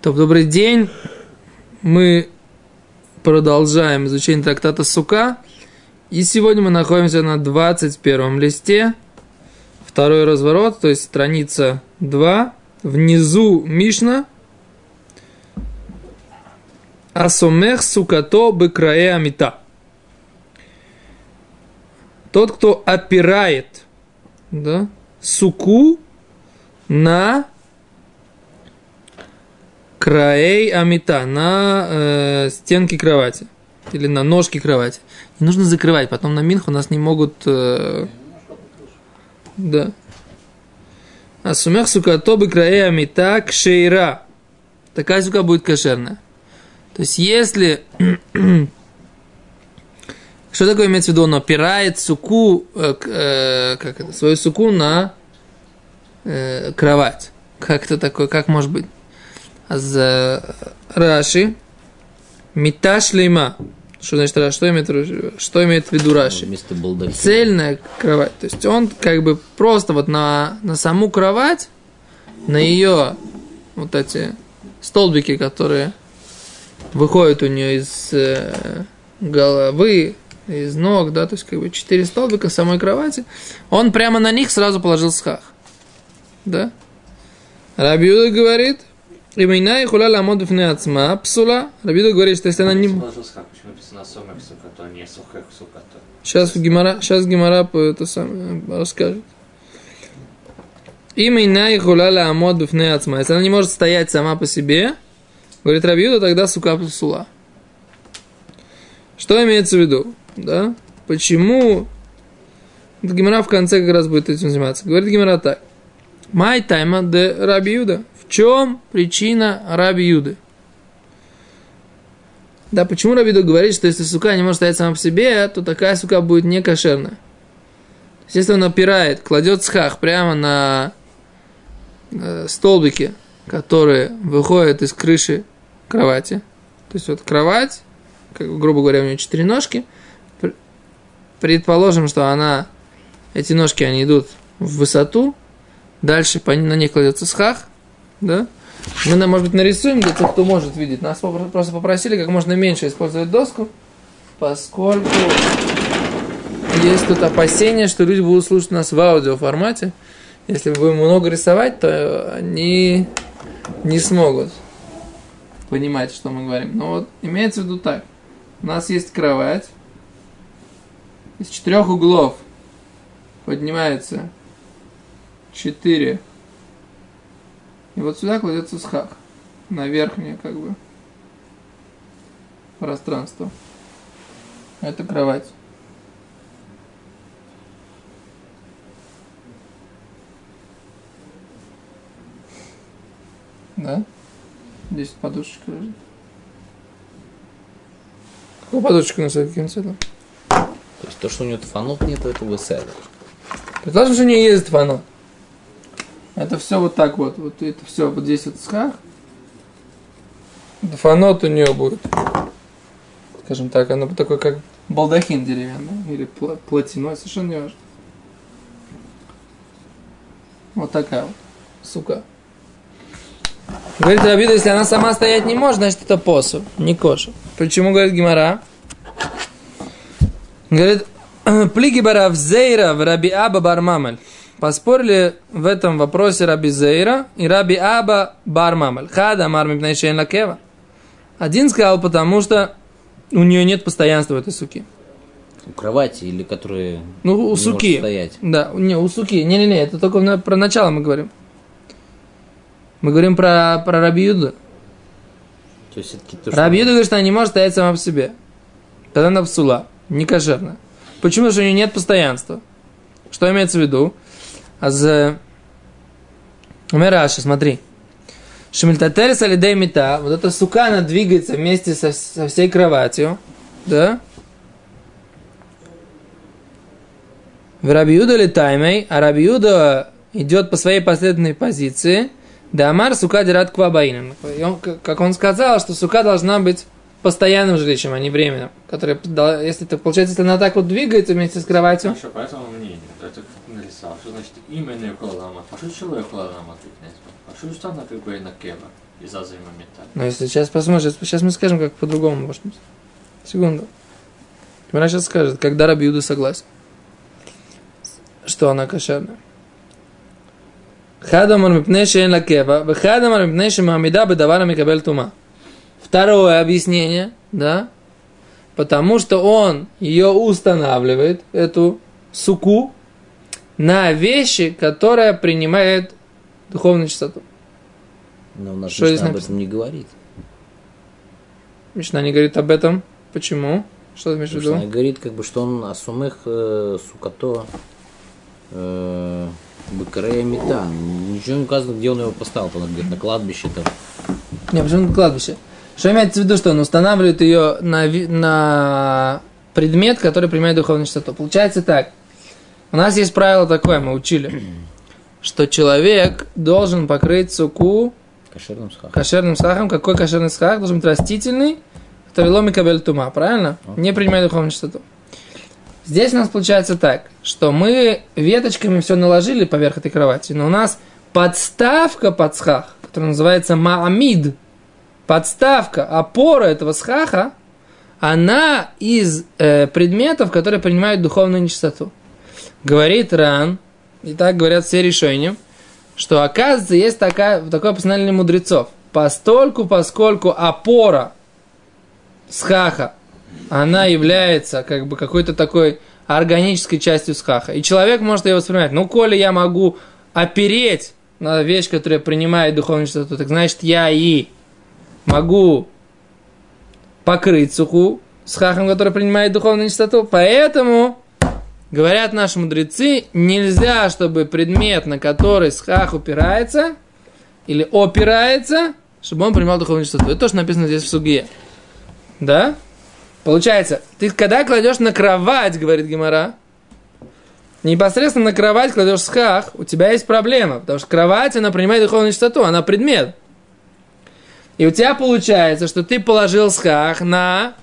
Добрый день. Мы продолжаем изучение трактата Сука. И сегодня мы находимся на 21 листе. Второй разворот, то есть страница 2. Внизу Мишна. Асомех сукато бекрае амита. Тот, кто опирает, да, суку на краей амита, на стенки кровати или на ножки кровати. И нужно закрывать, потом на минху нас не могут... да. Асумех сукато бекраей амита кшейра. Такая сука будет кошерная. То есть, если... Что такое имеется в виду? Он опирает суку, свою суку на кровать. Как это такое? Как может быть? Раши. Мита шлейма. Что значит Раши? Что имеет в виду Раши? Цельная кровать. То есть, он как бы просто вот на саму кровать, на ее вот эти столбики, которые выходят у нее из головы, из ног, да, то есть, как бы 4 столбика самой кровати, он прямо на них сразу положил схах. Да? Раби Юда говорит, имейна и хула ламод бифней ацма, псула. Раби Юда говорит, что если она не... Почему написано сомех сукато, не сухех сукато? Сейчас Гемара это самое расскажет. Имейна и хула ламод бифней ацма. Если она не может стоять сама по себе, говорит Раби Юда, тогда сука псула. Что имеется в виду? Да? Почему? Гемара в конце как раз будет этим заниматься. Говорит Гемара так. Май тайма де Раби Юда. В чем причина Раби Юды? Да, почему Раби Юда говорит, что если сука не может стоять сама по себе, то такая сука будет не кошерная. То есть, если он опирает, кладет схах прямо на столбики, которые выходят из крыши кровати. То есть, вот кровать, как, грубо говоря, у нее 4 ножки. Предположим, что эти ножки, они идут в высоту. Дальше на них кладется схах. Да? Мы, может быть, нарисуем для тех, кто может видеть. Нас просто попросили как можно меньше использовать доску, поскольку есть тут опасения, что люди будут слушать нас в аудиоформате. Если мы будем много рисовать, то они не смогут понимать, что мы говорим. Но вот имеется в виду так. У нас есть кровать. Из 4 углов поднимается 4. И вот сюда кладется схах. На верхнее, как бы, пространство. Это кровать. Да? Здесь подушечка лежит. Какая подушечка на каким цветом? То есть то, что у нее тфанот нет, это беседа. Предположим, что у нее есть тфанот. Это все вот так вот. Вот это все вот здесь вот схах. Тфанот у нее будет. Скажем так, оно такое, как балдахин деревянный. Или платяной, совершенно не важно. Вот такая вот сука. Говорит Раби Юда, если она сама стоять не может, значит это посуд, не кошер. Почему, говорит Гемара? Говорит, плиги барав зейра в Раби Аба бар Мамель. Поспорили в этом вопросе Раби Зейра и Раби Аба бар Мамель. Хада амар мипней шейн лакева. Один сказал, потому что у нее нет постоянства в этой суке. У кровати или которые у не суки. может стоять? Да, у суки. Не, это только про начало мы говорим. Мы говорим про Раби Юду. То есть это Раби Юда говорит, что она не может стоять сама по себе. Тогда она псула, не кошерна. Почему? Потому что у нее нет постоянства. Что имеется в виду? Раши, смотри. Шмильтатель салидей мита. Вот эта сука, она двигается вместе со всей кроватью. Да? В Раби Юда летаймей, а Раби Юда идет по своей последовательной позиции. Да амар сука дират квабаином. Как он сказал, что сука должна быть постоянным жилищем, а не временным. Которое, если это получается, если она так вот двигается вместе с кроватью. Хорошо, по этому мнению, это нарисовал. Что значит именно Юхоламат? Пошут человек Юхоламат. что она как бы и на кева, из-за взаимометания. Но если сейчас посмотрим, сейчас мы скажем, как по-другому может быть. Секунду. Гемара сейчас скажет, когда Раби Юда согласен, что она кошерная. Хадамар мипней шейн лакева, вехадамар мипней шемамида бедавара микабель тума. Второе объяснение, да, потому что он ее устанавливает, эту суку, на вещи, которая принимает духовную чистоту. Но у нас Что Мишна об этом не говорит. Мишна не говорит об этом. Почему? Что ты имеешь в виду? Она говорит, как бы, что он асумех сукато бакарея мета. Ничего не указано, где он его поставил. Там где-то на кладбище там. Не, почему на кладбище? Что имеется в виду, что он устанавливает ее на предмет, который принимает духовную чистоту. Получается так. У нас есть правило такое, мы учили, что человек должен покрыть суку кошерным схахом. Какой кошерный схах? Должен быть растительный, который ломи кабель тума, правильно? Не принимает духовную чистоту. Здесь у нас получается так, что мы веточками все наложили поверх этой кровати, но у нас подставка под схах, которая называется маамид, подставка, опора этого схаха, она из предметов, которые принимают духовную нечистоту. Говорит Ран, и так говорят все решения, что, оказывается, есть такое постановление мудрецов. Поскольку опора схаха, она является как бы какой-то такой органической частью схаха. И человек может ее воспринимать. Ну, коли я могу опереть на вещь, которая принимает духовную чистоту, так значит, я и могу покрыть суху схахом, который принимает духовную чистоту. Поэтому, говорят наши мудрецы, нельзя, чтобы предмет, на который схах упирается, или опирается, чтобы он принимал духовную чистоту. Это то, что написано здесь в суге. Да? Получается, ты когда кладешь на кровать, говорит Гемара, непосредственно на кровать кладешь схах, у тебя есть проблема, потому что кровать, она принимает духовную чистоту, она предмет. И у тебя получается, что ты положил схах на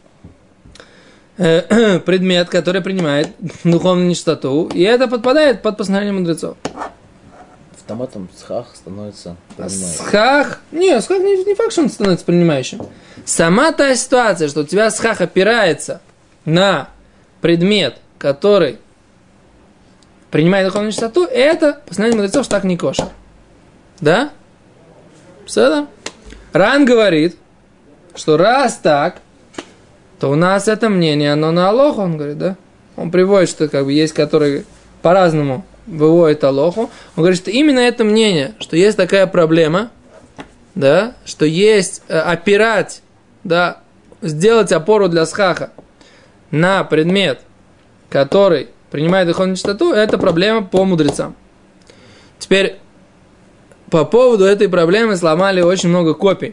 предмет, который принимает духовную нечистоту, и это подпадает под постановление мудрецов. Автоматом схах становится принимающим. Схах не факт, что он становится принимающим. Сама та ситуация, что у тебя схах опирается на предмет, который принимает духовную чистоту, это постановление мудрецов, что так не кошер. Да? Все. Ран говорит, что раз так, то у нас это мнение, оно на алоху, он говорит, да? Он приводит, что как бы есть, которые по-разному выводят алоху. Он говорит, что именно это мнение, что есть такая проблема, да, что есть опирать, да, сделать опору для схаха на предмет, который принимает духовную чистоту, это проблема по мудрецам. Теперь, по поводу этой проблемы сломали очень много копий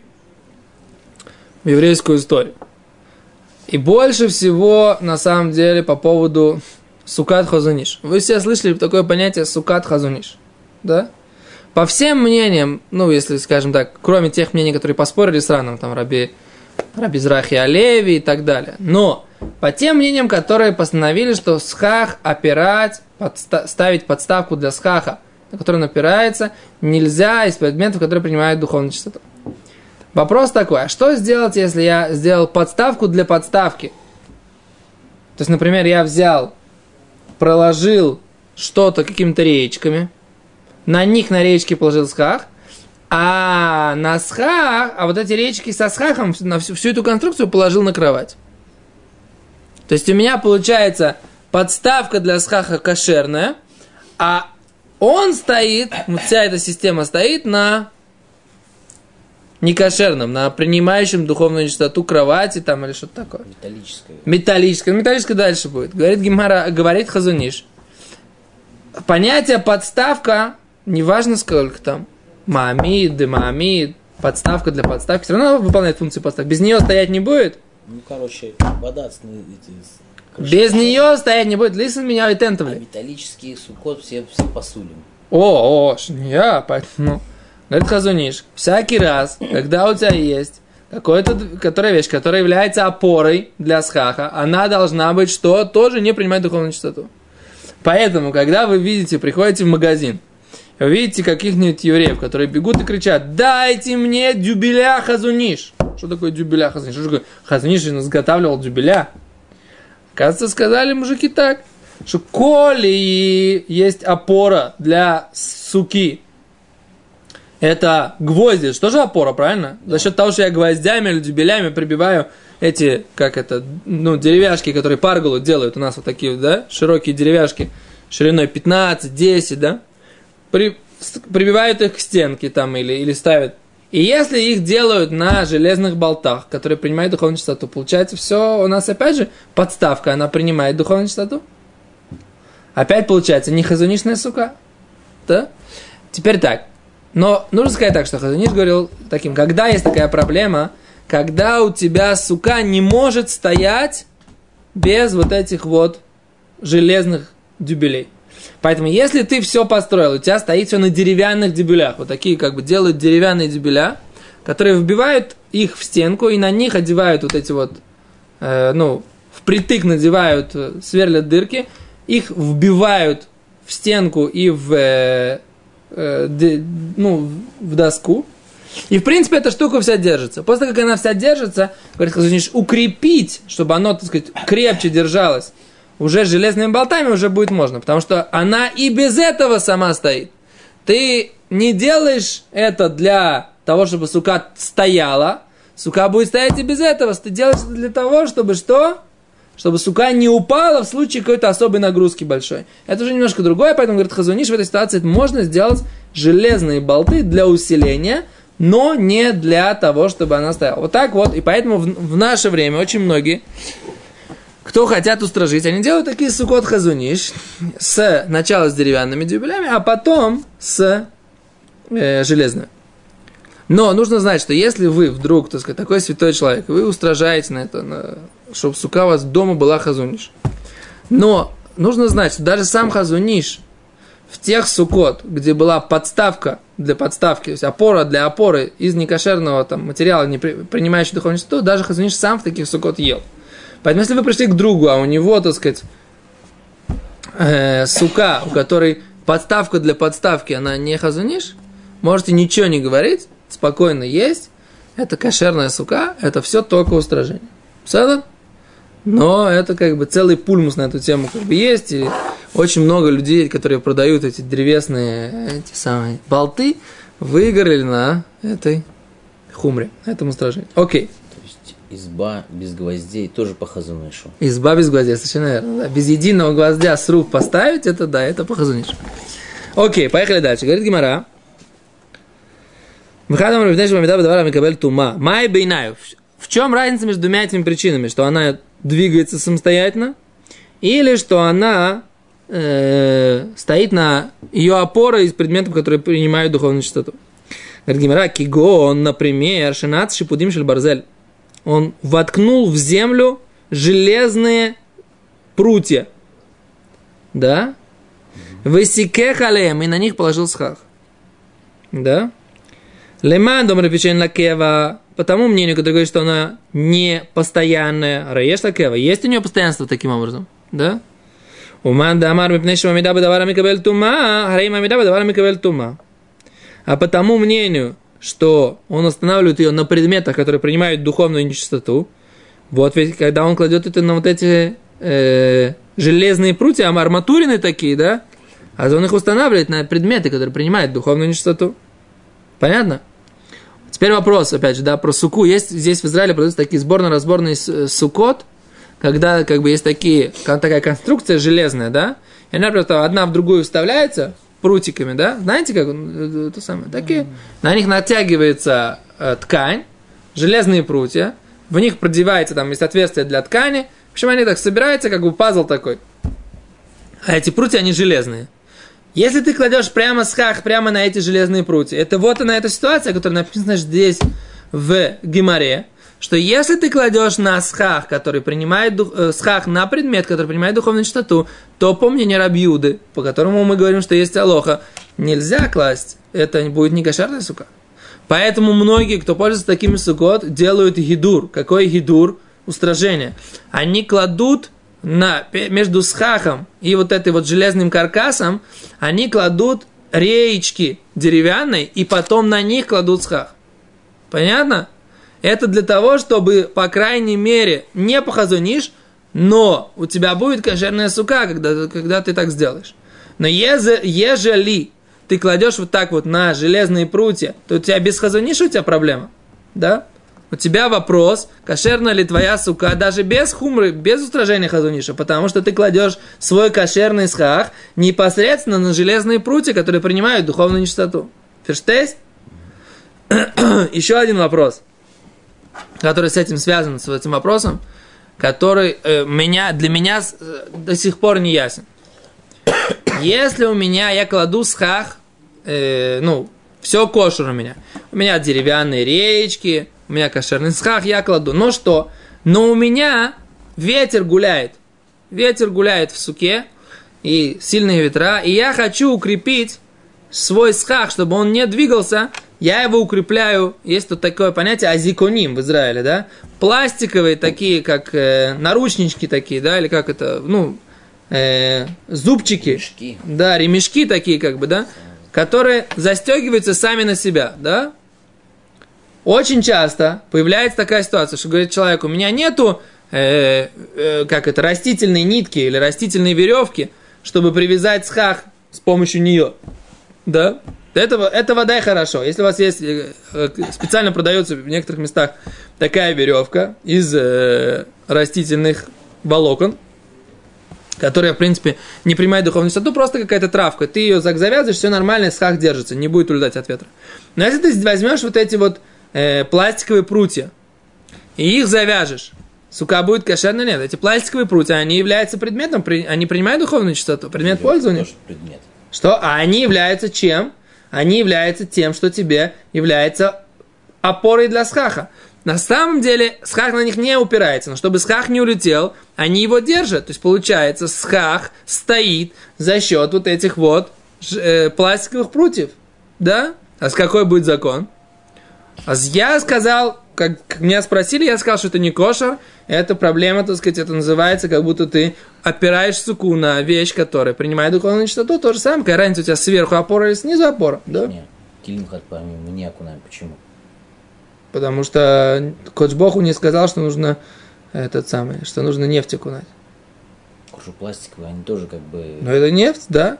в еврейскую историю. И больше всего, на самом деле, по поводу сукат хазуниш. Вы все слышали такое понятие сукат хазуниш, да? По всем мнениям, ну, если, скажем так, кроме тех мнений, которые поспорили с Раном, там, Раби Зрахи Алеви и так далее. Но по тем мнениям, которые постановили, что схах опирать, ставить подставку для схаха, на который он опирается, нельзя из предметов, которые принимают духовную чистоту. Вопрос такой, а что сделать, если я сделал подставку для подставки? То есть, например, я взял, проложил что-то какими-то реечками, на них на реечке положил схах, а на схах, а вот эти реечки со схахом на всю эту конструкцию положил на кровать. То есть у меня получается подставка для схаха кошерная, а он стоит, вот вся эта система стоит на некошерном, на принимающем духовную чистоту кровати там или что-то такое. Металлическое дальше будет. Говорит Гемара, говорит Хазуниш. Понятие подставка, неважно сколько там, маамид, демаамид, подставка для подставки, все равно выполняет функцию подставки. Без нее стоять не будет. Ну, короче, вода без нее стоять не будет. Лisten меня и тентовли. А металлический сукот все посулим. Поэтому... Говорит Хазуниш, всякий раз, когда у тебя есть которая вещь, которая является опорой для схаха, она должна быть, что тоже не принимает духовную чистоту. Поэтому, когда вы видите, приходите в магазин, Вы видите каких-нибудь евреев, которые бегут и кричат: дайте мне дюбеля хазуниш. Что такое дюбеля хазуниш? Что такое хазуниш изготавливал дюбеля? Оказывается, сказали мужики так, что коли есть опора для суки, это гвозди. Что же опора, правильно? За счет того, что я гвоздями или дюбелями прибиваю эти, деревяшки, которые паргулу делают у нас вот такие, да, широкие деревяшки, шириной 15-10, да, прибивают их к стенке там или ставят. И если их делают на железных болтах, которые принимают духовную чистоту, получается, все у нас опять же подставка, она принимает духовную чистоту. Опять получается не хазунишная сука. Да? Теперь так. Но нужно сказать так, что Хазуниш говорил таким: когда есть такая проблема, когда у тебя сука не может стоять без вот этих вот железных дюбелей. Поэтому, если ты все построил, у тебя стоит все на деревянных дюбелях, вот такие делают деревянные дюбеля, которые вбивают их в стенку и на них одевают вот эти вот, впритык надевают, сверлят дырки, их вбивают в стенку и в доску. И, в принципе, эта штука вся держится. После того, как она вся держится, говорит Хазуниш, укрепить, чтобы оно, так сказать, крепче держалось, уже железными болтами уже будет можно, потому что она и без этого сама стоит. Ты не делаешь это для того, чтобы сука стояла. Сука будет стоять и без этого. Ты делаешь это для того, чтобы что? Чтобы сука не упала в случае какой-то особой нагрузки большой. Это уже немножко другое, поэтому, говорит Хазуниш, в этой ситуации можно сделать железные болты для усиления, но не для того, чтобы она стояла. Вот так вот. И поэтому в наше время очень многие, кто хотят устражить, они делают такие сукот Хазуниш сначала с деревянными дюбелями, а потом с железными. Но нужно знать, что если вы вдруг, так сказать, такой святой человек, вы устражаете на это, чтобы сука у вас дома была Хазуниш. Но нужно знать, что даже сам Хазуниш в тех сукот, где была подставка для подставки, то есть опора для опоры из некошерного материала, не принимающего духовную чистоту, даже Хазуниш сам в таких сукот ел. Поэтому, если вы пришли к другу, а у него, так сказать, сука, у которой подставка для подставки, она не Хазуниш, можете ничего не говорить, спокойно есть, это кошерная сука, это все только устражение. Все? Но это целый пульмус на эту тему есть, и очень много людей, которые продают эти древесные, эти самые болты, выиграли на этой хумре, на этом устражении. Окей. Изба без гвоздей тоже по Хазунишу. Изба без гвоздей, совершенно верно. Да. Без единого гвоздя сруб поставить, это да, это по Хазунишу. Окей, поехали дальше. Говорит Гемара. В чем разница между двумя этими причинами? Что она двигается самостоятельно, или что она стоит на ее опорой из предметов, которые принимают духовную чистоту. Говорит Гемара, кигон, например, шинац шипудим шель барзель. Он воткнул в землю железные прутья. Да? Высекех алеем, и на них положил схах. Да? Леман дом рапичен лакева, по тому мнению, которое говорит, что она не постоянная. Раеш лакева, есть у нее постоянство таким образом. Да? Уман дамар мипнешем амида бадавара микабель тума, харейм амида бадавара микабель тума. А по тому мнению, что он останавливает ее на предметах, которые принимают духовную нечистоту. Вот ведь, когда он кладет это на вот эти железные прутья, арматурины такие, да, а он их устанавливает на предметы, которые принимают духовную нечистоту. Понятно? Теперь вопрос, опять же, да, про суку. Есть здесь в Израиле продаются такие сборно-разборные сукот, когда есть такая конструкция железная, да, и она просто одна в другую вставляется, прутиками, да? Знаете, как это самое? Такие. На них натягивается ткань, железные прутья, в них продевается, есть отверстие для ткани. В общем, они так собираются, пазл такой. А эти прутья, они железные. Если ты кладешь прямо схах, прямо на эти железные прутья, это вот она эта ситуация, которая написана здесь в Гемаре, что если ты кладешь на схах, который принимает схах на предмет, который принимает духовную чистоту, то по мнению Раби Юды, по которому мы говорим, что есть алоха, нельзя класть, это будет не кошерная сука. Поэтому многие, кто пользуется такими сукот, делают гидур. Какой гидур? Устражение. Они кладут между схахом и вот этой вот железным каркасом, они кладут реечки деревянной, и потом на них кладут схах. Понятно? Это для того, чтобы, по крайней мере, не похазунишь, но у тебя будет кошерная сука, когда ты так сделаешь. Но ежели ты кладешь вот так вот на железные прутья, то у тебя без хазуниша у тебя проблема. Да? У тебя вопрос, кошерна ли твоя сука, даже без хумры, без устражения хазуниша, потому что ты кладешь свой кошерный схах непосредственно на железные прутья, которые принимают духовную нечистоту. Ферштейс? Еще один вопрос, который с этим связан, с этим вопросом, который для меня до сих пор не ясен. Если я кладу схах, все кошер у меня деревянные реечки, у меня кошерный схах, я кладу. Но что? Но у меня ветер гуляет в суке, и сильные ветра, и я хочу укрепить свой схах, чтобы он не двигался, я его укрепляю. Есть тут такое понятие азиконим в Израиле, да? Пластиковые такие, как наручнички такие, да, или как это, зубчики. Ремешки. Да, ремешки такие, как бы, да, которые застегиваются сами на себя, да? Очень часто появляется такая ситуация, что говорит человек, у меня нету, растительной нитки или растительной веревки, чтобы привязать схах с помощью нее, да? Это вода и хорошо. Если у вас есть, специально продается в некоторых местах такая веревка из растительных волокон, которая, в принципе, не принимает духовную чистоту, просто какая-то травка. Ты ее завязываешь, все нормально, схах держится, не будет улетать от ветра. Но если ты возьмешь вот эти вот пластиковые прутья и их завяжешь, сука будет кошерно, нет. Эти пластиковые прутья, они являются предметом, они принимают духовную чистоту, предмет пользования. Предмет. Что? А они являются чем? Они являются тем, что тебе является опорой для схаха. На самом деле, схах на них не упирается, но чтобы схах не улетел, они его держат. То есть, получается, схах стоит за счет вот этих вот пластиковых прутьев. Да? А с какой будет закон? Я сказал, как меня спросили, я сказал, что это не кошер. Это проблема, так сказать, это называется, как будто ты опираешь суку на вещь, которая принимает духовную чистоту. То же самое, какая разница у тебя сверху опора или снизу опора. Да? Нет, килим хатпами мы не окунаем. Почему? Потому что Кодж Богу не сказал, что нужно что нужно нефть окунать. Кожу пластиковые, они тоже как бы... Но это нефть, да?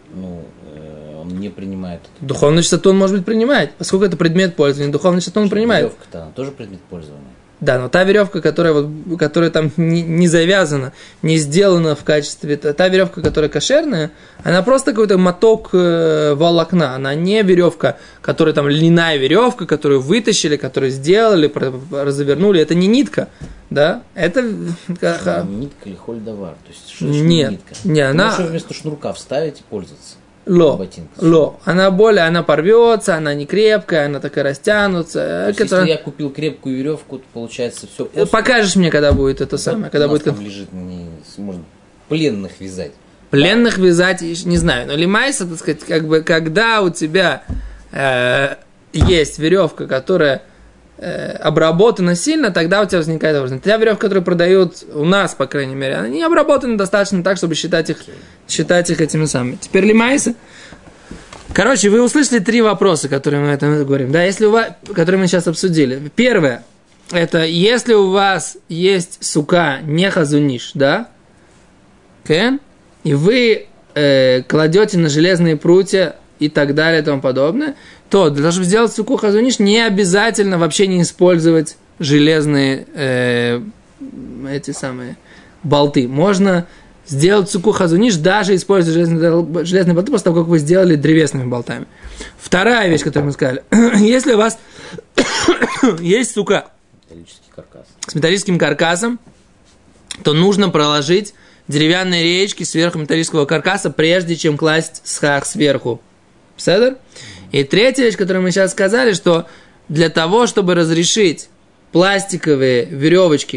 Он не принимает. Духовную чистоту он, может быть, принимает. Поскольку это предмет пользования, духовную чистоту он принимает. Веревка-то, она тоже предмет пользования. Да, но та веревка, которая там не завязана, не сделана в качестве... Та веревка, которая кошерная, она просто какой-то моток волокна. Она не веревка, которая там льняная веревка, которую вытащили, которую сделали, развернули. Это не нитка, да? Это... Нитка или хольдовар. То есть, что нет, нитка? Не, она... Можешь вместо шнурка вставить и пользоваться. Она порвется, она не крепкая, она такая растянутся. Если я купил крепкую веревку, то получается все просто. Покажешь мне, когда будет это самое, когда будет. Там лежит, можно пленных вязать. Пленных вязать, не знаю. Но лимайса, так сказать, как бы, когда у тебя есть веревка, которая обработана сильно, тогда у тебя возникает вопрос. Та веревка, которую продают у нас, по крайней мере, она не обработана достаточно так, чтобы считать их этими самыми. Теперь лимайса. Короче, вы услышали 3 вопроса, которые мы это говорим, да, которые мы сейчас обсудили. Первое, это если у вас есть сука не хазуниш, да, okay? И вы кладете на железные прутья и так далее и тому подобное, то для того, чтобы сделать суку хазуниш, не обязательно вообще не использовать железные эти самые болты. Можно сделать суку хазуниш, даже используя железные болты, после того, как вы сделали древесными болтами. Вторая вещь, которую мы сказали. Если у вас есть сука с металлическим каркасом, то нужно проложить деревянные реечки сверху металлического каркаса, прежде чем класть схах сверху. Седер? И третья вещь, которую мы сейчас сказали, что для того, чтобы разрешить пластиковые веревочки,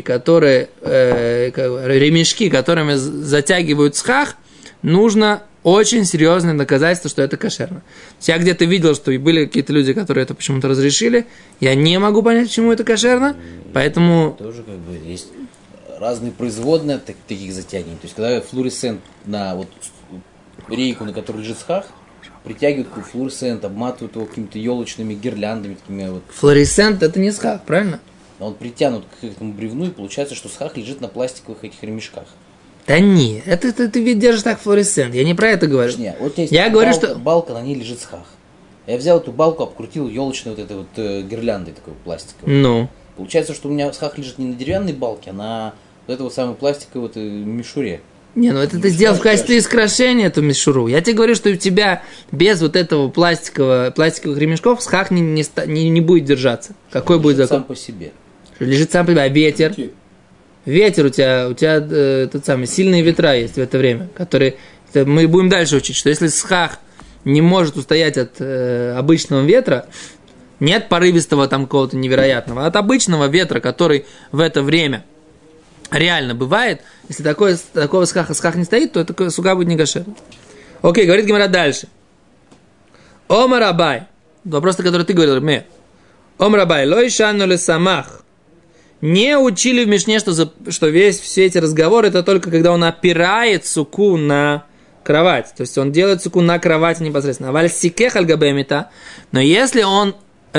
ремешки, которыми затягивают схах, нужно очень серьезное доказательство, что это кошерно. Я где-то видел, что были какие-то люди, которые это почему-то разрешили. Я не могу понять, почему это кошерно, поэтому... Тоже как бы есть разные производные таких затягиваний. То есть, когда флуоресцент на вот рейку, на которой лежит схах, притягивают какой-то флуоресцент, обматывают его какими-то елочными гирляндами, такими вот. Флуоресцент это не схах, правильно? Он притянут к этому бревну, и получается, что схах лежит на пластиковых этих ремешках. Да не, это ты ведь держишь так флуоресцент. Я не про это говорю. Не, вот есть я говорю, что балка, на ней лежит схах. Я взял эту балку, обкрутил елочной вот этой вот гирляндой такой пластиковой. Ну. Получается, что у меня схах лежит не на деревянной балке, а на вот этой вот самой пластиковой вот мишуре. Не, ну это ты сделал в качестве искрошения эту мишуру. Я тебе говорю, что у тебя без вот этого пластиковых ремешков схах не будет держаться. Какой будет закон? Сам по себе. Лежит сам по себе, а ветер? Ветер у тебя тот самый, сильные ветра есть в это время, которые... Мы будем дальше учить, что если схах не может устоять от обычного ветра, нет порывистого там какого-то невероятного, а от обычного ветра, который в это время реально бывает, если такого схах не стоит, то это сука будет не кошерно. Окей, говорит Гемара дальше. Омар Абай, вопрос, который ты говорил, Ме. Омар Абай, лой шанну ле самах. Не учили в Мишне, что все эти разговоры, это только когда он опирает суку на кровать. То есть он делает суку на кровати непосредственно. Вальсикех альгабемита. Но если он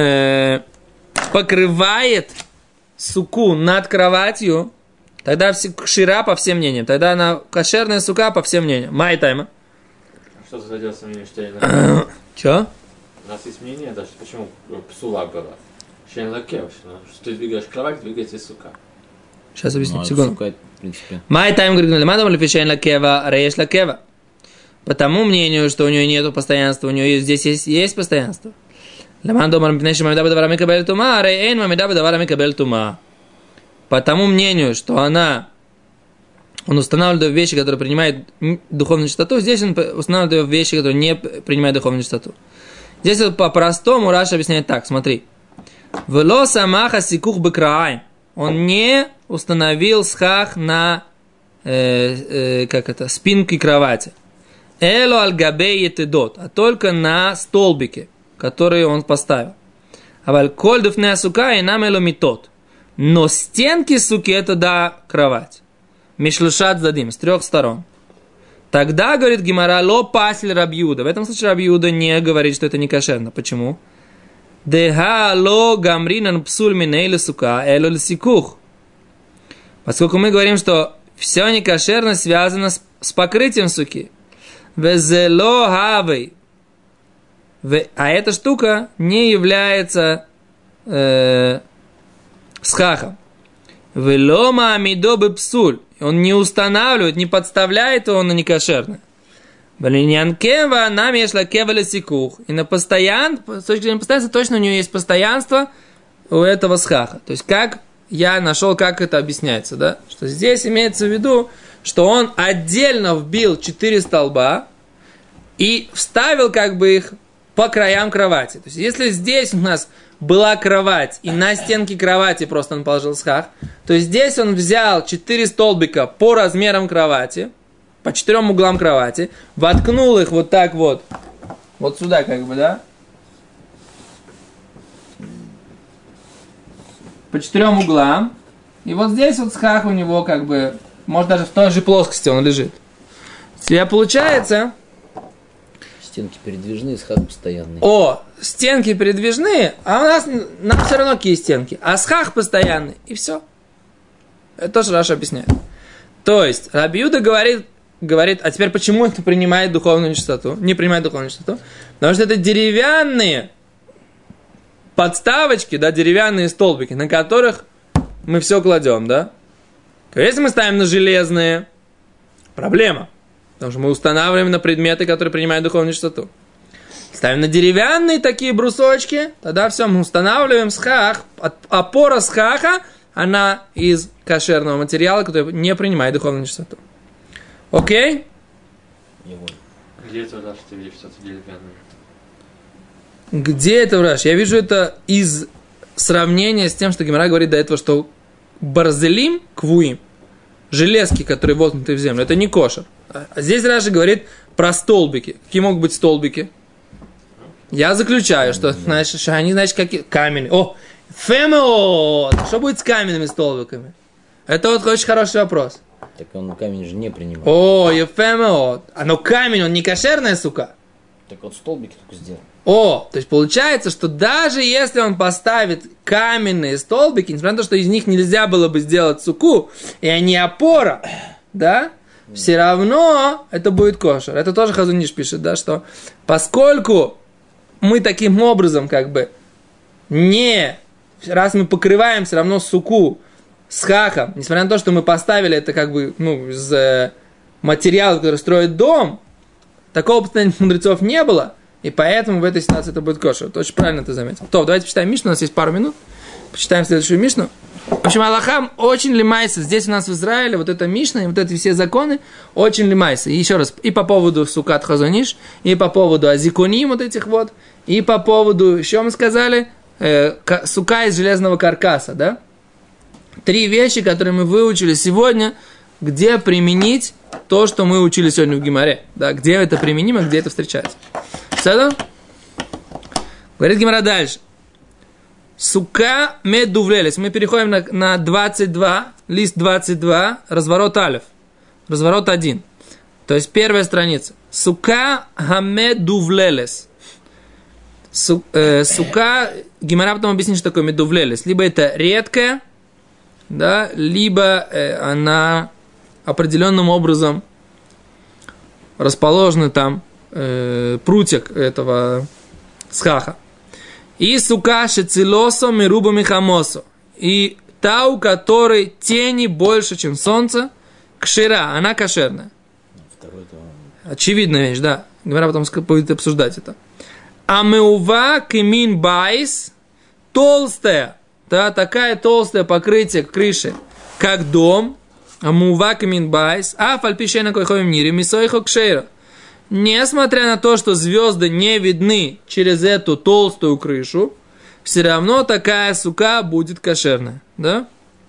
покрывает суку над кроватью, тогда кшира по всем мнениям. Тогда она кошерная сука по всем мнениям. Май-тайма. Что за задел мнение, что я не Чё? У нас есть мнение даже, почему псула была. Что ты двигаешь кровать, двигается сука. Сейчас объясню, Ну, секунду. сука, в принципе. Май-тайм говорит, лемадам лефишейн лакева, рейш лакева. По тому мнению, что у нее нету постоянства, у нее здесь есть постоянство. Лемадам мампнеши мамидаба давара микабель тума, рейн мамидаба давара микабель тума. По тому мнению, что он устанавливает вещи, которые принимают духовную чистоту, здесь он устанавливает вещи, которые не принимают духовную чистоту. Здесь вот по-простому Раша объясняет так, смотри. Вело самаха сикух бекраай. Он не установил схах на спинке кровати. Эло аль-габей етедот, а только на столбике, которые он поставил. Аваль коль дуфне сука и нам эло митот. Но стенки суки это кровать. Мишлушат задим, с 3 сторон. Тогда, говорит Гемара, ло пасль Рабьюда. В этом случае Рабьюда не говорит, что это не кошерно. Почему? Деха ло гамринан псуль минейли сука эло лисикух. Поскольку мы говорим, что все некошерно связано с покрытием суки. Везело хавей. А эта штука не является схахом. Велома амидобы псуль. Он не устанавливает, не подставляет его на некошерное. Балиньянкева нам ешла кеваля сикух. И на постоянство, с точки зрения постоянства, точно у нее есть постоянство у этого схаха. То есть, как я нашел, как это объясняется, да? Что здесь имеется в виду, что он отдельно вбил 4 столба и вставил как бы их по краям кровати. То есть, если здесь у нас была кровать, и на стенке кровати просто он положил схах, то здесь он взял 4 столбика по размерам кровати, по 4 углам кровати, воткнул их вот так вот сюда как бы, да? По 4 углам. И вот здесь вот схах у него как бы, может даже в той же плоскости он лежит. У тебя получается... Стенки передвижные, схах постоянный. Стенки передвижные, а у нас все равно какие стенки. А схах постоянный, и все. Это тоже Раша объясняет. То есть, Раби Юда говорит, а теперь почему это принимает духовную чистоту? Не принимает духовную чистоту. Потому что это деревянные подставочки, да, деревянные столбики, на которых мы все кладем, да. То есть, если мы ставим на железные, проблема. Потому что мы устанавливаем на предметы, которые принимают духовную чистоту. Ставим на деревянные такие брусочки, тогда все, мы устанавливаем схах. Опора схаха, она из кошерного материала, который не принимает духовную чистоту. Окей? Где это Раш, ты видишь что-то деревянное? Где это Раш? Я вижу это из сравнения с тем, что Гемара говорит до этого, что барзелим квуим, железки, которые воткнуты в землю, это не кошер. А здесь Раши говорит про столбики. Какие могут быть столбики? Я заключаю, что они, значит, какие... Каменные. Фемеот! Что будет с каменными столбиками? Это вот очень хороший вопрос. Так он камень же не принимает. Ефемеот. Но камень, он не кошерная сука. Так вот столбики только сделал. То есть получается, что даже если он поставит каменные столбики, несмотря на то, что из них нельзя было бы сделать суку, и они опора, да, все равно это будет кошер. Это тоже Хазон Иш пишет, да, что поскольку мы таким образом раз мы покрываем все равно суку с хахом, несмотря на то, что мы поставили это из материала, который строит дом, такого постояния мудрецов не было, и поэтому в этой ситуации это будет кошер. Это очень правильно ты заметил. Давайте почитаем Мишну, у нас есть пару минут. Почитаем следующую Мишну. В общем, Аллахам очень лимайся. Здесь у нас в Израиле вот эта Мишна и вот эти все законы очень лимайся. И еще раз, и по поводу Сукат Хазон Иш, и по поводу Азикуним вот этих вот, и по поводу, еще мы сказали, сука из железного каркаса, да? 3 вещи, которые мы выучили сегодня, где применить то, что мы учили сегодня в Гемаре. Да, где это применимо, где это встречается. Все, говорит Гемара дальше. Сука медувлелес. Мы переходим на 22, лист 22, разворот алеф. Разворот 1. То есть первая страница. Сука хамедувлелес. Сука, Гемара потом объяснит, что такое медувлелес. Либо это редкая, да, либо она определенным образом расположены там прутик этого схаха. И сука шецилосо мируба михамосо. И та, у которой тени больше, чем солнце, кшира, она кошерная. Очевидная вещь, да. Гемара потом будет обсуждать это. Амеува кемин байс, толстая, да, такая толстое покрытие крыши, как дом. Амеува кемин байс, а фальпишена койховим нире, мисойхо кшейра. Несмотря на то, что звезды не видны через эту толстую крышу, все равно такая сука будет кошерная, да?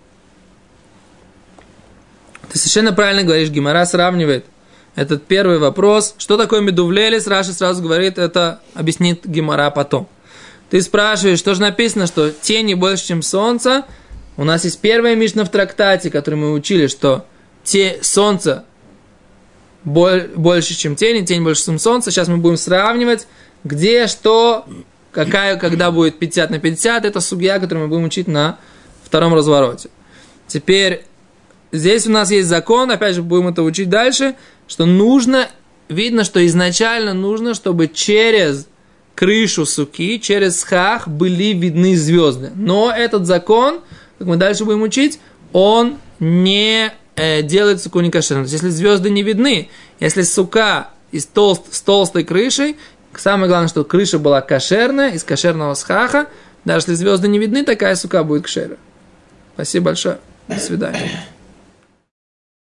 Ты совершенно правильно говоришь, Гемара сравнивает этот первый вопрос. Что такое медувлелес? Раши сразу говорит, это объяснит Гемара потом. Ты спрашиваешь, что же написано, что тени больше, чем солнце. У нас есть первая Мишна в трактате, который мы учили, что солнце больше, чем тень больше, чем солнце. Сейчас мы будем сравнивать, где, что, когда будет 50 на 50. Это сугья, которую мы будем учить на втором развороте. Теперь, здесь у нас есть закон, опять же, будем это учить дальше, что видно, что изначально нужно, чтобы через крышу суки, через схах были видны звезды. Но этот закон, как мы дальше будем учить, он не делает суку некошерной. То есть, если звезды не видны, если сука с толстой крышей, самое главное, что крыша была кошерная, из кошерного схаха, даже если звезды не видны, такая сука будет кошерная. Спасибо большое. До свидания.